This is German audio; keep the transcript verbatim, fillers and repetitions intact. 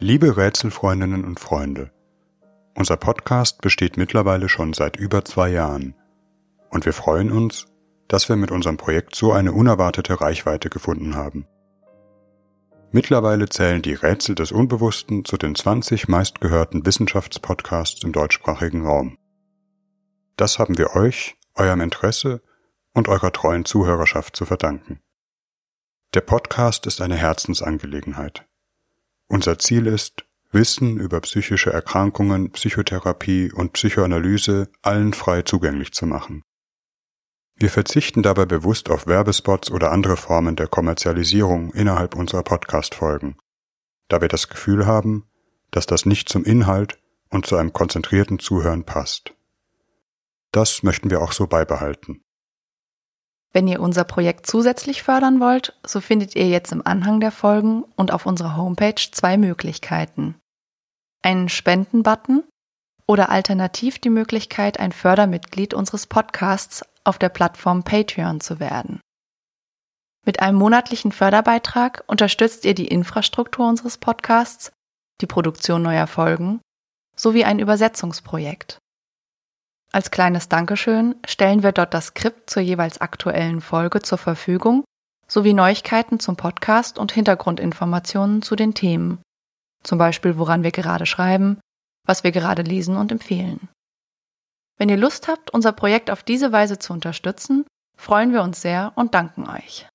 Liebe Rätselfreundinnen und Freunde, unser Podcast besteht mittlerweile schon seit über zwei Jahren und wir freuen uns, dass wir mit unserem Projekt so eine unerwartete Reichweite gefunden haben. Mittlerweile zählen die Rätsel des Unbewussten zu den zwanzig meistgehörten Wissenschaftspodcasts im deutschsprachigen Raum. Das haben wir euch, eurem Interesse und eurer treuen Zuhörerschaft zu verdanken. Der Podcast ist eine Herzensangelegenheit. Unser Ziel ist, Wissen über psychische Erkrankungen, Psychotherapie und Psychoanalyse allen frei zugänglich zu machen. Wir verzichten dabei bewusst auf Werbespots oder andere Formen der Kommerzialisierung innerhalb unserer Podcast-Folgen, da wir das Gefühl haben, dass das nicht zum Inhalt und zu einem konzentrierten Zuhören passt. Das möchten wir auch so beibehalten. Wenn ihr unser Projekt zusätzlich fördern wollt, so findet ihr jetzt im Anhang der Folgen und auf unserer Homepage zwei Möglichkeiten. Einen Spenden-Button oder alternativ die Möglichkeit, ein Fördermitglied unseres Podcasts auf der Plattform Patreon zu werden. Mit einem monatlichen Förderbeitrag unterstützt ihr die Infrastruktur unseres Podcasts, die Produktion neuer Folgen sowie ein Übersetzungsprojekt. Als kleines Dankeschön stellen wir dort das Skript zur jeweils aktuellen Folge zur Verfügung, sowie Neuigkeiten zum Podcast und Hintergrundinformationen zu den Themen, zum Beispiel woran wir gerade schreiben, was wir gerade lesen und empfehlen. Wenn ihr Lust habt, unser Projekt auf diese Weise zu unterstützen, freuen wir uns sehr und danken euch.